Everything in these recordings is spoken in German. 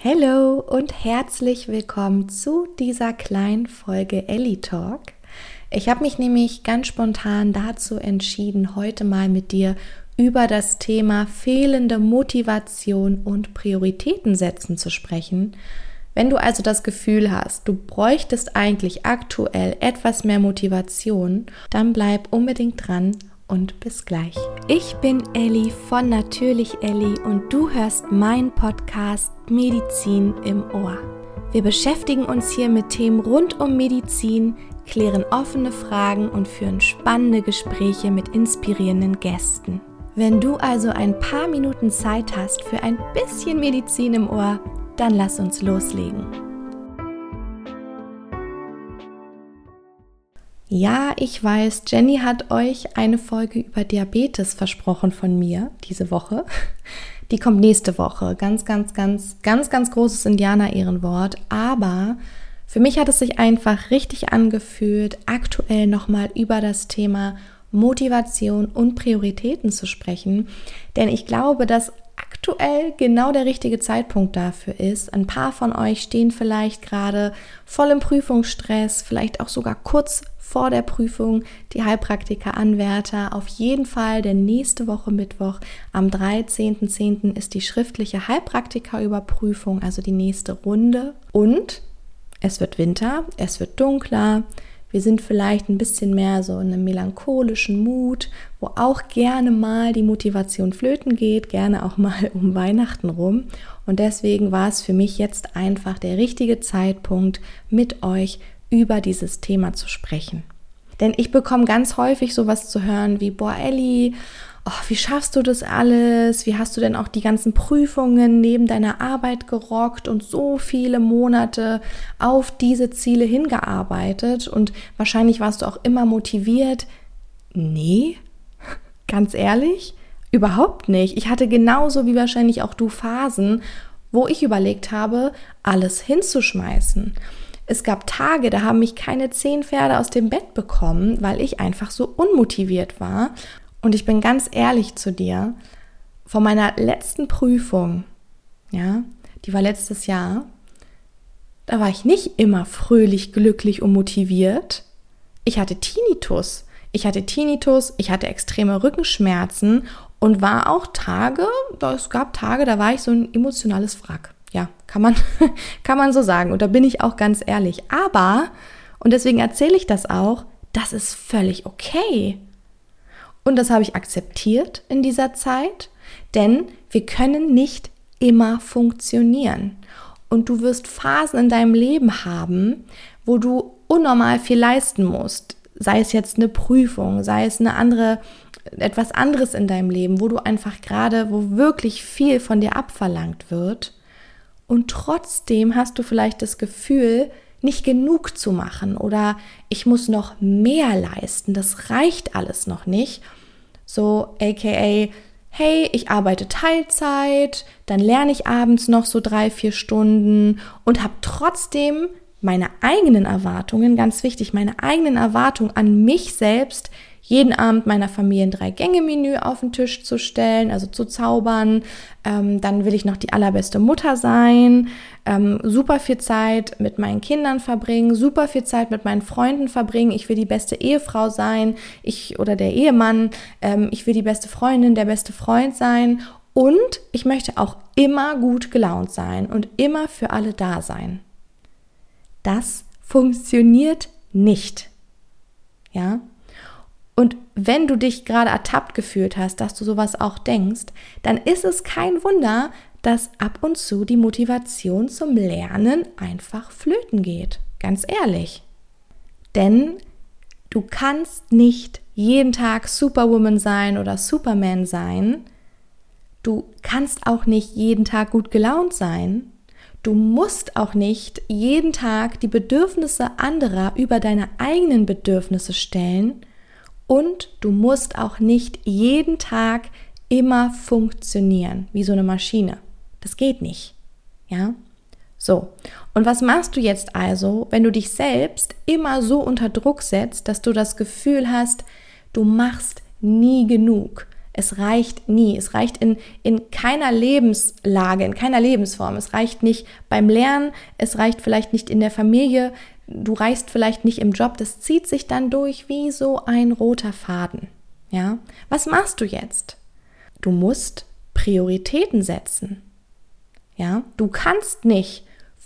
Hallo und herzlich willkommen zu dieser kleinen Folge Ellie Talk. Ich habe mich nämlich ganz spontan dazu entschieden, heute mal mit dir über das Thema fehlende Motivation und Prioritäten setzen zu sprechen. Wenn du also das Gefühl hast, du bräuchtest eigentlich aktuell etwas mehr Motivation, dann bleib unbedingt dran und bis gleich. Ich bin Ellie von Natürlich Ellie und du hörst meinen Podcast Medizin im Ohr. Wir beschäftigen uns hier mit Themen rund um Medizin, klären offene Fragen und führen spannende Gespräche mit inspirierenden Gästen. Wenn du also ein paar Minuten Zeit hast für ein bisschen Medizin im Ohr, dann lass uns loslegen. Ja, ich weiß, Jenny hat euch eine Folge über Diabetes versprochen von mir diese Woche. Die kommt nächste Woche. Ganz großes Indianer-Ehrenwort. Aber für mich hat es sich einfach richtig angefühlt, aktuell nochmal über das Thema Motivation und Prioritäten zu sprechen. Denn ich glaube, dass aktuell genau der richtige Zeitpunkt dafür ist. Ein paar von euch stehen vielleicht gerade voll im Prüfungsstress, vielleicht auch sogar kurz vor der Prüfung, die Heilpraktiker-Anwärter. Auf jeden Fall, denn nächste Woche Mittwoch am 13.10. ist die schriftliche Heilpraktikerüberprüfung, also die nächste Runde. Und es wird Winter, es wird dunkler. Wir sind vielleicht ein bisschen mehr so in einem melancholischen Mut, wo auch gerne mal die Motivation flöten geht, gerne auch mal um Weihnachten rum. Und deswegen war es für mich jetzt einfach der richtige Zeitpunkt, mit euch über dieses Thema zu sprechen. Denn ich bekomme ganz häufig sowas zu hören wie, boah Ellie, wie schaffst du das alles? Wie hast du denn auch die ganzen Prüfungen neben deiner Arbeit gerockt und so viele Monate auf diese Ziele hingearbeitet? Und wahrscheinlich warst du auch immer motiviert. Nee, ganz ehrlich, überhaupt nicht. Ich hatte genauso wie wahrscheinlich auch du Phasen, wo ich überlegt habe, alles hinzuschmeißen. Es gab Tage, da haben mich keine 10 Pferde aus dem Bett bekommen, weil ich einfach so unmotiviert war. Und ich bin ganz ehrlich zu dir, vor meiner letzten Prüfung, ja, die war letztes Jahr, da war ich nicht immer fröhlich, glücklich und motiviert. Ich hatte Tinnitus, ich hatte extreme Rückenschmerzen und war auch es gab Tage, da war ich so ein emotionales Wrack. Ja, kann man so sagen. Und da bin ich auch ganz ehrlich. Aber, und deswegen erzähle ich das auch, das ist völlig okay. Und das habe ich akzeptiert in dieser Zeit, denn wir können nicht immer funktionieren. Und du wirst Phasen in deinem Leben haben, wo du unnormal viel leisten musst. Sei es jetzt eine Prüfung, sei es etwas anderes in deinem Leben, wo wo wirklich viel von dir abverlangt wird. Und trotzdem hast du vielleicht das Gefühl, nicht genug zu machen oder ich muss noch mehr leisten, das reicht alles noch nicht. So aka, hey, ich arbeite Teilzeit, dann lerne ich abends noch so 3-4 Stunden und habe trotzdem meine eigenen Erwartungen, ganz wichtig, meine eigenen Erwartungen an mich selbst, jeden Abend meiner Familie ein 3-Gänge-Menü auf den Tisch zu stellen, also zu zaubern. Dann will ich noch die allerbeste Mutter sein, super viel Zeit mit meinen Kindern verbringen, super viel Zeit mit meinen Freunden verbringen. Ich will die beste Ehefrau sein, oder der Ehemann. Ich will die beste Freundin, der beste Freund sein. Und ich möchte auch immer gut gelaunt sein und immer für alle da sein. Das funktioniert nicht. Ja? Und wenn du dich gerade ertappt gefühlt hast, dass du sowas auch denkst, dann ist es kein Wunder, dass ab und zu die Motivation zum Lernen einfach flöten geht. Ganz ehrlich. Denn du kannst nicht jeden Tag Superwoman sein oder Superman sein. Du kannst auch nicht jeden Tag gut gelaunt sein. Du musst auch nicht jeden Tag die Bedürfnisse anderer über deine eigenen Bedürfnisse stellen. Und du musst auch nicht jeden Tag immer funktionieren, wie so eine Maschine. Das geht nicht, ja? So, und was machst du jetzt also, wenn du dich selbst immer so unter Druck setzt, dass du das Gefühl hast, du machst nie genug. Es reicht nie. Es reicht in keiner Lebenslage, in keiner Lebensform. Es reicht nicht beim Lernen, es reicht vielleicht nicht in der Familie, du reichst vielleicht nicht im Job. Das zieht sich dann durch wie so ein roter Faden. Ja? Was machst du jetzt? Du musst Prioritäten setzen. Ja? Du kannst nicht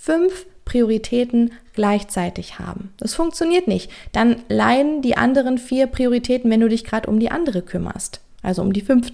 5 Prioritäten gleichzeitig haben. Das funktioniert nicht. Dann leiden die anderen 4 Prioritäten, wenn du dich gerade um die andere kümmerst. Also um die 5.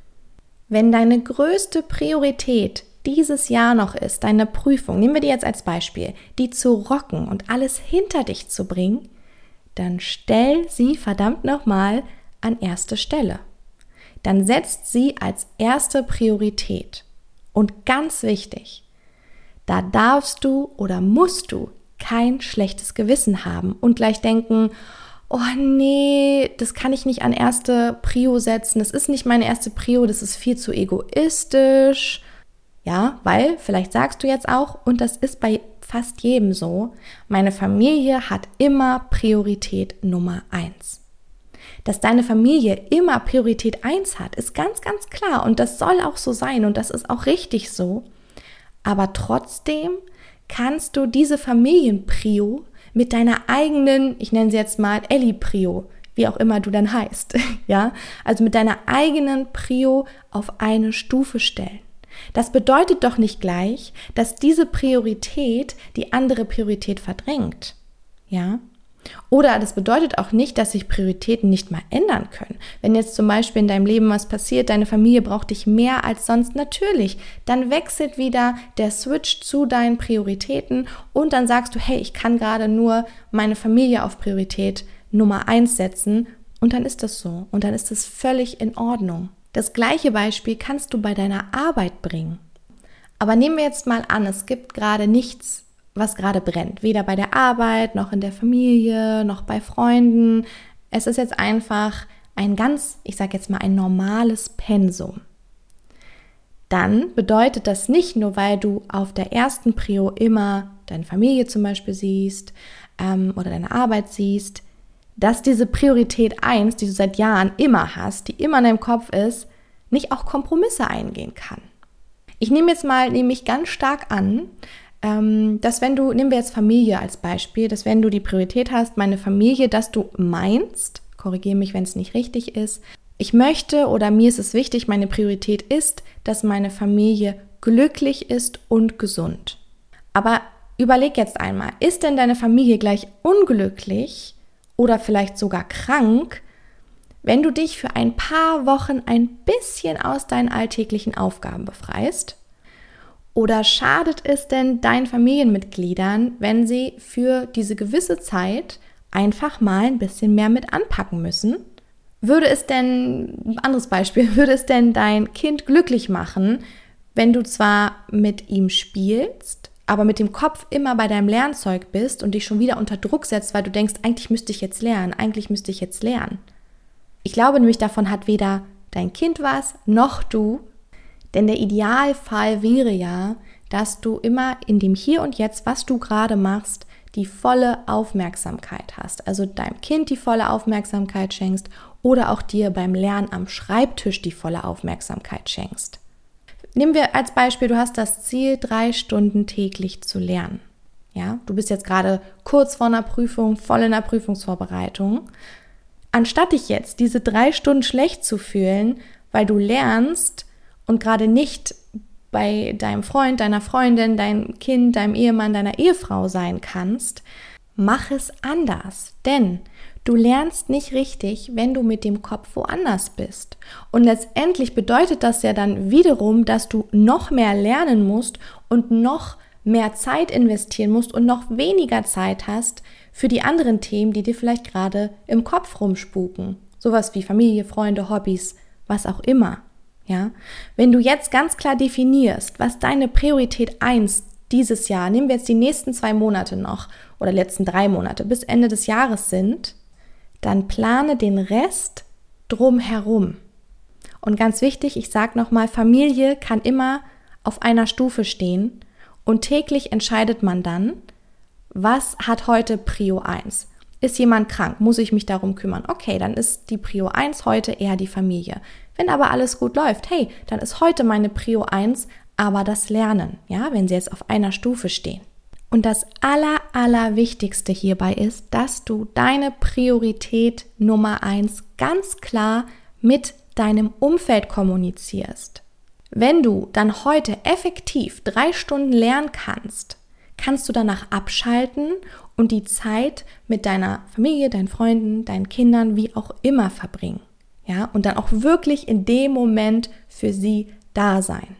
Wenn deine größte Priorität dieses Jahr noch ist, deine Prüfung, nehmen wir die jetzt als Beispiel, die zu rocken und alles hinter dich zu bringen, dann stell sie verdammt nochmal an erste Stelle. Dann setzt sie als erste Priorität. Und ganz wichtig, da darfst du oder musst du kein schlechtes Gewissen haben und gleich denken, oh nee, das kann ich nicht an erste Prio setzen, das ist nicht meine erste Prio, das ist viel zu egoistisch. Ja, weil vielleicht sagst du jetzt auch, und das ist bei fast jedem so, meine Familie hat immer Priorität Nummer 1. Dass deine Familie immer Priorität 1 hat, ist ganz, ganz klar und das soll auch so sein und das ist auch richtig so. Aber trotzdem kannst du diese Familienprio mit deiner eigenen, ich nenne sie jetzt mal Elli-Prio, wie auch immer du dann heißt, ja, also mit deiner eigenen Prio auf eine Stufe stellen. Das bedeutet doch nicht gleich, dass diese Priorität die andere Priorität verdrängt, ja. Oder das bedeutet auch nicht, dass sich Prioritäten nicht mal ändern können. Wenn jetzt zum Beispiel in deinem Leben was passiert, deine Familie braucht dich mehr als sonst, natürlich, dann wechselt wieder der Switch zu deinen Prioritäten und dann sagst du, hey, ich kann gerade nur meine Familie auf Priorität Nummer 1 setzen und dann ist das so und dann ist das völlig in Ordnung. Das gleiche Beispiel kannst du bei deiner Arbeit bringen. Aber nehmen wir jetzt mal an, es gibt gerade nichts, was gerade brennt. Weder bei der Arbeit, noch in der Familie, noch bei Freunden. Es ist jetzt einfach ein ganz, ich sage jetzt mal, ein normales Pensum. Dann bedeutet das nicht nur, weil du auf der ersten Prio immer deine Familie zum Beispiel siehst oder deine Arbeit siehst, dass diese Priorität 1, die du seit Jahren immer hast, die immer in deinem Kopf ist, nicht auch Kompromisse eingehen kann. Ich nehme jetzt mal nämlich ganz stark an, dass wenn du, nehmen wir jetzt Familie als Beispiel, dass wenn du die Priorität hast, meine Familie, dass du meinst, korrigiere mich, wenn es nicht richtig ist, ich möchte oder mir ist es wichtig, meine Priorität ist, dass meine Familie glücklich ist und gesund. Aber überleg jetzt einmal, ist denn deine Familie gleich unglücklich oder vielleicht sogar krank, wenn du dich für ein paar Wochen ein bisschen aus deinen alltäglichen Aufgaben befreist? Oder schadet es denn deinen Familienmitgliedern, wenn sie für diese gewisse Zeit einfach mal ein bisschen mehr mit anpacken müssen? Würde es denn, anderes Beispiel, würde es denn dein Kind glücklich machen, wenn du zwar mit ihm spielst, aber mit dem Kopf immer bei deinem Lernzeug bist und dich schon wieder unter Druck setzt, weil du denkst, eigentlich müsste ich jetzt lernen. Ich glaube nämlich, davon hat weder dein Kind was, noch du. Denn der Idealfall wäre ja, dass du immer in dem Hier und Jetzt, was du gerade machst, die volle Aufmerksamkeit hast. Also deinem Kind die volle Aufmerksamkeit schenkst oder auch dir beim Lernen am Schreibtisch die volle Aufmerksamkeit schenkst. Nehmen wir als Beispiel, du hast das Ziel, 3 Stunden täglich zu lernen. Ja, du bist jetzt gerade kurz vor einer Prüfung, voll in der Prüfungsvorbereitung. Anstatt dich jetzt diese 3 Stunden schlecht zu fühlen, weil du lernst, und gerade nicht bei deinem Freund, deiner Freundin, deinem Kind, deinem Ehemann, deiner Ehefrau sein kannst, mach es anders. Denn du lernst nicht richtig, wenn du mit dem Kopf woanders bist. Und letztendlich bedeutet das ja dann wiederum, dass du noch mehr lernen musst und noch mehr Zeit investieren musst und noch weniger Zeit hast für die anderen Themen, die dir vielleicht gerade im Kopf rumspuken. Sowas wie Familie, Freunde, Hobbys, was auch immer. Ja, wenn du jetzt ganz klar definierst, was deine Priorität 1 dieses Jahr, nehmen wir jetzt die nächsten 2 Monate noch oder letzten 3 Monate bis Ende des Jahres sind, dann plane den Rest drumherum. Und ganz wichtig, ich sage nochmal, Familie kann immer auf einer Stufe stehen und täglich entscheidet man dann, was hat heute Prio 1? Ist jemand krank? Muss ich mich darum kümmern? Okay, dann ist die Prio 1 heute eher die Familie. Wenn aber alles gut läuft, hey, dann ist heute meine Prio 1 aber das Lernen, ja, wenn sie jetzt auf einer Stufe stehen. Und das Allerwichtigste hierbei ist, dass du deine Priorität Nummer 1 ganz klar mit deinem Umfeld kommunizierst. Wenn du dann heute effektiv 3 Stunden lernen kannst, kannst du danach abschalten und die Zeit mit deiner Familie, deinen Freunden, deinen Kindern, wie auch immer verbringen. Ja, und dann auch wirklich in dem Moment für sie da sein.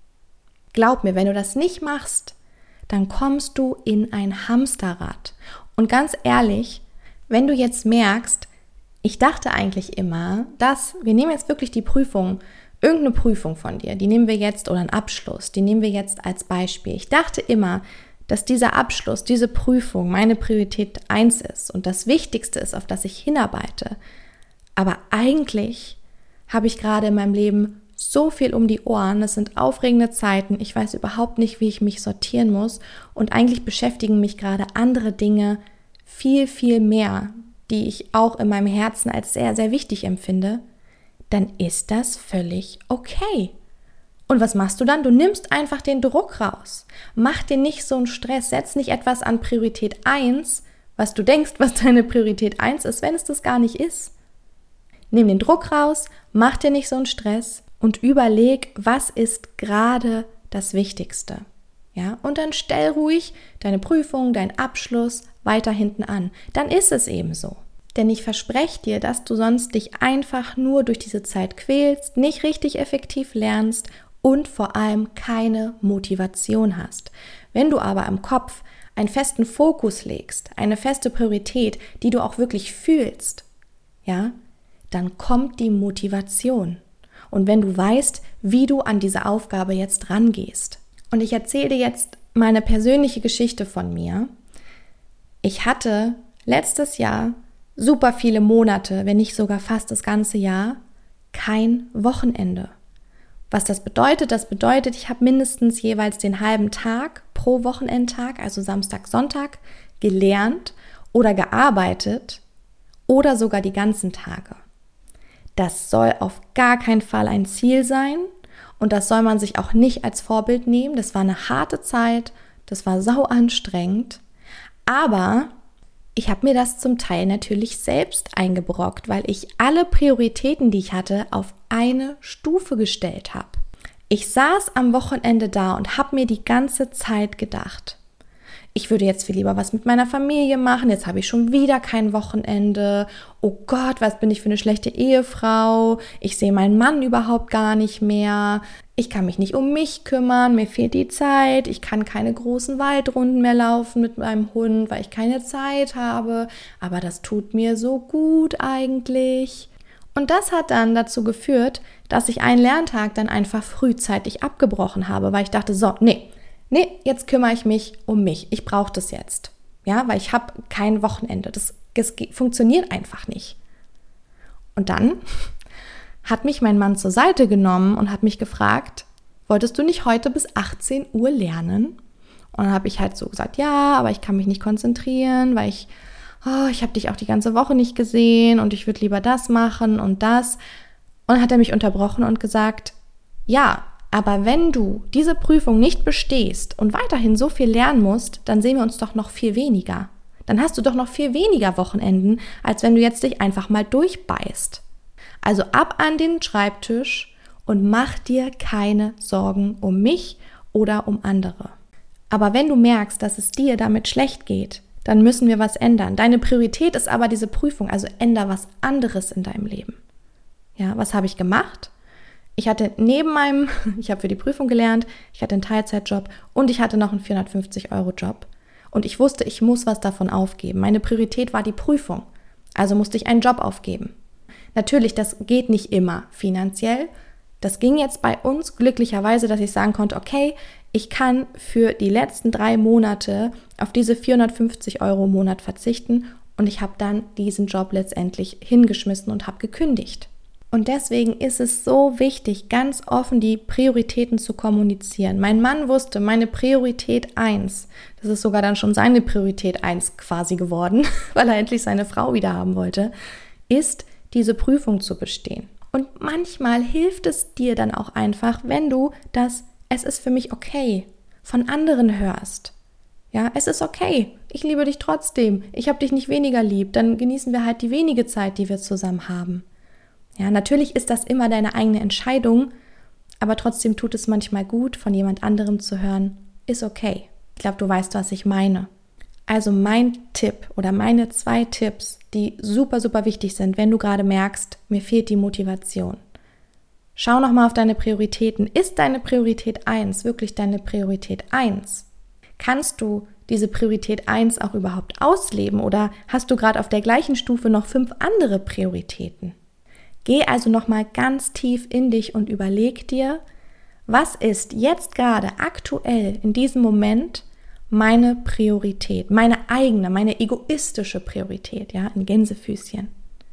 Glaub mir, wenn du das nicht machst, dann kommst du in ein Hamsterrad. Und ganz ehrlich, wenn du jetzt merkst, ich dachte eigentlich immer, dass, wir nehmen jetzt wirklich die Prüfung, irgendeine Prüfung von dir, die nehmen wir jetzt, oder einen Abschluss, die nehmen wir jetzt als Beispiel. Ich dachte immer, dass dieser Abschluss, diese Prüfung meine Priorität 1 ist und das Wichtigste ist, auf das ich hinarbeite. Aber eigentlich habe ich gerade in meinem Leben so viel um die Ohren, es sind aufregende Zeiten, ich weiß überhaupt nicht, wie ich mich sortieren muss und eigentlich beschäftigen mich gerade andere Dinge viel mehr, die ich auch in meinem Herzen als sehr, sehr wichtig empfinde, dann ist das völlig okay. Und was machst du dann? Du nimmst einfach den Druck raus. Mach dir nicht so einen Stress, setz nicht etwas an Priorität 1, was du denkst, was deine Priorität 1 ist, wenn es das gar nicht ist. Nimm den Druck raus, mach dir nicht so einen Stress und überleg, was ist gerade das Wichtigste. Ja? Und dann stell ruhig deine Prüfung, deinen Abschluss weiter hinten an. Dann ist es eben so. Denn ich verspreche dir, dass du sonst dich einfach nur durch diese Zeit quälst, nicht richtig effektiv lernst und vor allem keine Motivation hast. Wenn du aber im Kopf einen festen Fokus legst, eine feste Priorität, die du auch wirklich fühlst, ja, dann kommt die Motivation. Und wenn du weißt, wie du an diese Aufgabe jetzt rangehst. Und ich erzähle dir jetzt meine persönliche Geschichte von mir. Ich hatte letztes Jahr super viele Monate, wenn nicht sogar fast das ganze Jahr, kein Wochenende. Was das bedeutet? Das bedeutet, ich habe mindestens jeweils den halben Tag pro Wochenendtag, also Samstag, Sonntag, gelernt oder gearbeitet oder sogar die ganzen Tage. Das soll auf gar keinen Fall ein Ziel sein und das soll man sich auch nicht als Vorbild nehmen. Das war eine harte Zeit, das war sau anstrengend, aber ich habe mir das zum Teil natürlich selbst eingebrockt, weil ich alle Prioritäten, die ich hatte, auf eine Stufe gestellt habe. Ich saß am Wochenende da und habe mir die ganze Zeit gedacht, ich würde jetzt viel lieber was mit meiner Familie machen, jetzt habe ich schon wieder kein Wochenende. Oh Gott, was bin ich für eine schlechte Ehefrau? Ich sehe meinen Mann überhaupt gar nicht mehr. Ich kann mich nicht um mich kümmern, mir fehlt die Zeit. Ich kann keine großen Waldrunden mehr laufen mit meinem Hund, weil ich keine Zeit habe. Aber das tut mir so gut eigentlich. Und das hat dann dazu geführt, dass ich einen Lerntag dann einfach frühzeitig abgebrochen habe, weil ich dachte, so, nee, jetzt kümmere ich mich um mich. Ich brauche das jetzt. Ja, weil ich habe kein Wochenende. Das funktioniert einfach nicht. Und dann hat mich mein Mann zur Seite genommen und hat mich gefragt, wolltest du nicht heute bis 18 Uhr lernen? Und dann habe ich halt so gesagt, ja, aber ich kann mich nicht konzentrieren, weil ich habe dich auch die ganze Woche nicht gesehen und ich würde lieber das machen und das. Und dann hat er mich unterbrochen und gesagt, ja, aber wenn du diese Prüfung nicht bestehst und weiterhin so viel lernen musst, dann sehen wir uns doch noch viel weniger. Dann hast du doch noch viel weniger Wochenenden, als wenn du jetzt dich einfach mal durchbeißt. Also ab an den Schreibtisch und mach dir keine Sorgen um mich oder um andere. Aber wenn du merkst, dass es dir damit schlecht geht, dann müssen wir was ändern. Deine Priorität ist aber diese Prüfung, also änder was anderes in deinem Leben. Ja, was habe ich gemacht? Ich hatte ich habe für die Prüfung gelernt, ich hatte einen Teilzeitjob und ich hatte noch einen 450-Euro-Job. Und ich wusste, ich muss was davon aufgeben. Meine Priorität war die Prüfung, also musste ich einen Job aufgeben. Natürlich, das geht nicht immer finanziell. Das ging jetzt bei uns glücklicherweise, dass ich sagen konnte, okay, ich kann für die letzten 3 Monate auf diese 450 Euro im Monat verzichten und ich habe dann diesen Job letztendlich hingeschmissen und habe gekündigt. Und deswegen ist es so wichtig, ganz offen die Prioritäten zu kommunizieren. Mein Mann wusste, meine Priorität 1, das ist sogar dann schon seine Priorität 1 quasi geworden, weil er endlich seine Frau wieder haben wollte, ist, diese Prüfung zu bestehen. Und manchmal hilft es dir dann auch einfach, wenn du es ist für mich okay, von anderen hörst. Ja, es ist okay, ich liebe dich trotzdem, ich habe dich nicht weniger lieb, dann genießen wir halt die wenige Zeit, die wir zusammen haben. Ja, natürlich ist das immer deine eigene Entscheidung, aber trotzdem tut es manchmal gut, von jemand anderem zu hören, ist okay. Ich glaube, du weißt, was ich meine. Also mein Tipp oder meine 2 Tipps, die super, super wichtig sind, wenn du gerade merkst, mir fehlt die Motivation. Schau nochmal auf deine Prioritäten. Ist deine Priorität 1 wirklich deine Priorität 1? Kannst du diese Priorität 1 auch überhaupt ausleben oder hast du gerade auf der gleichen Stufe noch 5 andere Prioritäten? Geh also nochmal ganz tief in dich und überleg dir, was ist jetzt gerade aktuell in diesem Moment meine Priorität, meine eigene, meine egoistische Priorität, ja, in Gänsefüßchen.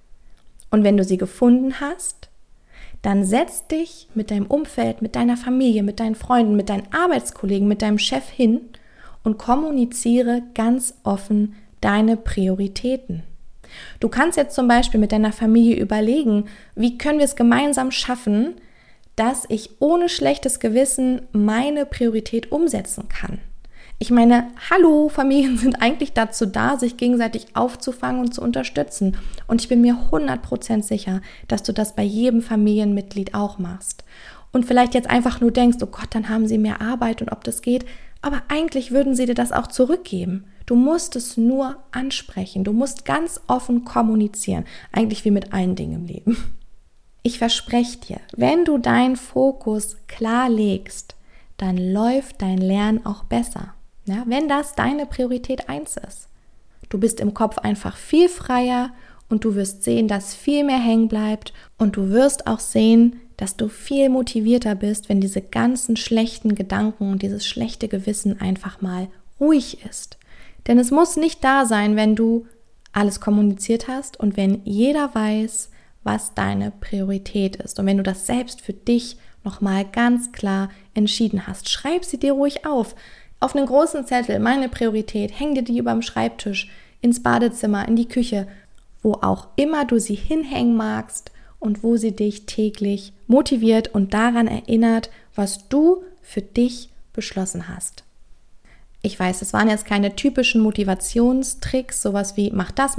Und wenn du sie gefunden hast, dann setz dich mit deinem Umfeld, mit deiner Familie, mit deinen Freunden, mit deinen Arbeitskollegen, mit deinem Chef hin und kommuniziere ganz offen deine Prioritäten. Du kannst jetzt zum Beispiel mit deiner Familie überlegen, wie können wir es gemeinsam schaffen, dass ich ohne schlechtes Gewissen meine Priorität umsetzen kann. Ich meine, hallo, Familien sind eigentlich dazu da, sich gegenseitig aufzufangen und zu unterstützen. Und ich bin mir 100% sicher, dass du das bei jedem Familienmitglied auch machst. Und vielleicht jetzt einfach nur denkst, oh Gott, dann haben sie mehr Arbeit und ob das geht. Aber eigentlich würden sie dir das auch zurückgeben. Du musst es nur ansprechen. Du musst ganz offen kommunizieren. Eigentlich wie mit allen Dingen im Leben. Ich verspreche dir, wenn du deinen Fokus klar legst, dann läuft dein Lernen auch besser. Ja, wenn das deine Priorität 1 ist. Du bist im Kopf einfach viel freier und du wirst sehen, dass viel mehr hängen bleibt und du wirst auch sehen, dass du viel motivierter bist, wenn diese ganzen schlechten Gedanken und dieses schlechte Gewissen einfach mal ruhig ist. Denn es muss nicht da sein, wenn du alles kommuniziert hast und wenn jeder weiß, was deine Priorität ist. Und wenn du das selbst für dich nochmal ganz klar entschieden hast, schreib sie dir ruhig auf einen großen Zettel, meine Priorität, häng dir die über dem Schreibtisch, ins Badezimmer, in die Küche, wo auch immer du sie hinhängen magst und wo sie dich täglich motiviert und daran erinnert, was du für dich beschlossen hast. Ich weiß, es waren jetzt keine typischen Motivationstricks, sowas wie mach das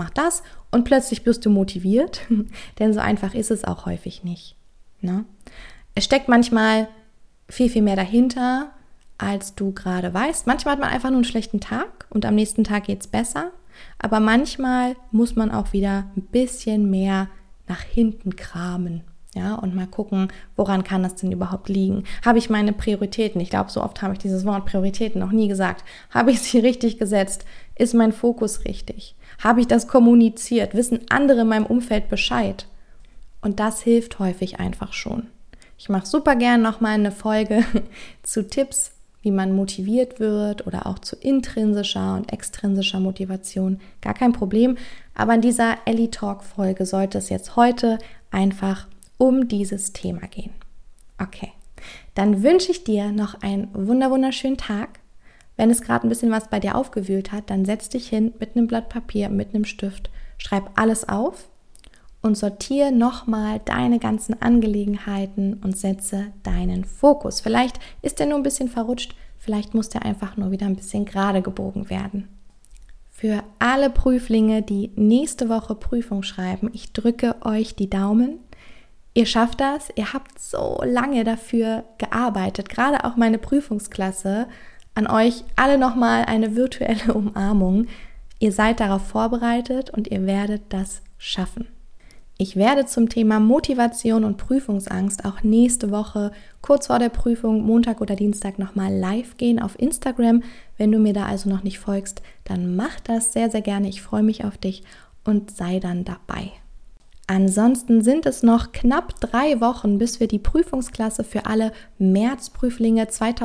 und plötzlich bist du motiviert, denn so einfach ist es auch häufig nicht. Ne? Es steckt manchmal viel, viel mehr dahinter, als du gerade weißt. Manchmal hat man einfach nur einen schlechten Tag und am nächsten Tag geht es besser, aber manchmal muss man auch wieder ein bisschen mehr nach hinten kramen. Ja, und mal gucken, woran kann das denn überhaupt liegen? Habe ich meine Prioritäten, ich glaube, so oft habe ich dieses Wort Prioritäten noch nie gesagt, habe ich sie richtig gesetzt? Ist mein Fokus richtig? Habe ich das kommuniziert? Wissen andere in meinem Umfeld Bescheid? Und das hilft häufig einfach schon. Ich mache super gern nochmal eine Folge zu Tipps, wie man motiviert wird oder auch zu intrinsischer und extrinsischer Motivation. Gar kein Problem, aber in dieser Ellie Talk Folge sollte es jetzt heute einfach um dieses Thema gehen. Okay, dann wünsche ich dir noch einen wunderschönen Tag. Wenn es gerade ein bisschen was bei dir aufgewühlt hat, dann setz dich hin mit einem Blatt Papier, mit einem Stift, schreib alles auf und sortiere nochmal deine ganzen Angelegenheiten und setze deinen Fokus. Vielleicht ist der nur ein bisschen verrutscht, vielleicht muss der einfach nur wieder ein bisschen gerade gebogen werden. Für alle Prüflinge, die nächste Woche Prüfung schreiben, ich drücke euch die Daumen. Ihr schafft das, ihr habt so lange dafür gearbeitet, gerade auch meine Prüfungsklasse, an euch alle nochmal eine virtuelle Umarmung. Ihr seid darauf vorbereitet und ihr werdet das schaffen. Ich werde zum Thema Motivation und Prüfungsangst auch nächste Woche kurz vor der Prüfung, Montag oder Dienstag, nochmal live gehen auf Instagram. Wenn du mir da also noch nicht folgst, dann mach das sehr, sehr gerne. Ich freue mich auf dich und sei dann dabei. Ansonsten sind es noch knapp 3 Wochen, bis wir die Prüfungsklasse für alle Märzprüflinge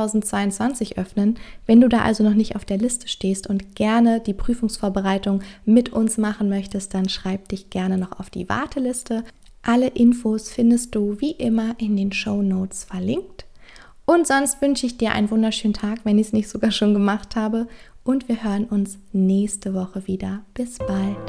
2022 öffnen. Wenn du da also noch nicht auf der Liste stehst und gerne die Prüfungsvorbereitung mit uns machen möchtest, dann schreib dich gerne noch auf die Warteliste. Alle Infos findest du wie immer in den Shownotes verlinkt. Und sonst wünsche ich dir einen wunderschönen Tag, wenn ich es nicht sogar schon gemacht habe. Und wir hören uns nächste Woche wieder. Bis bald.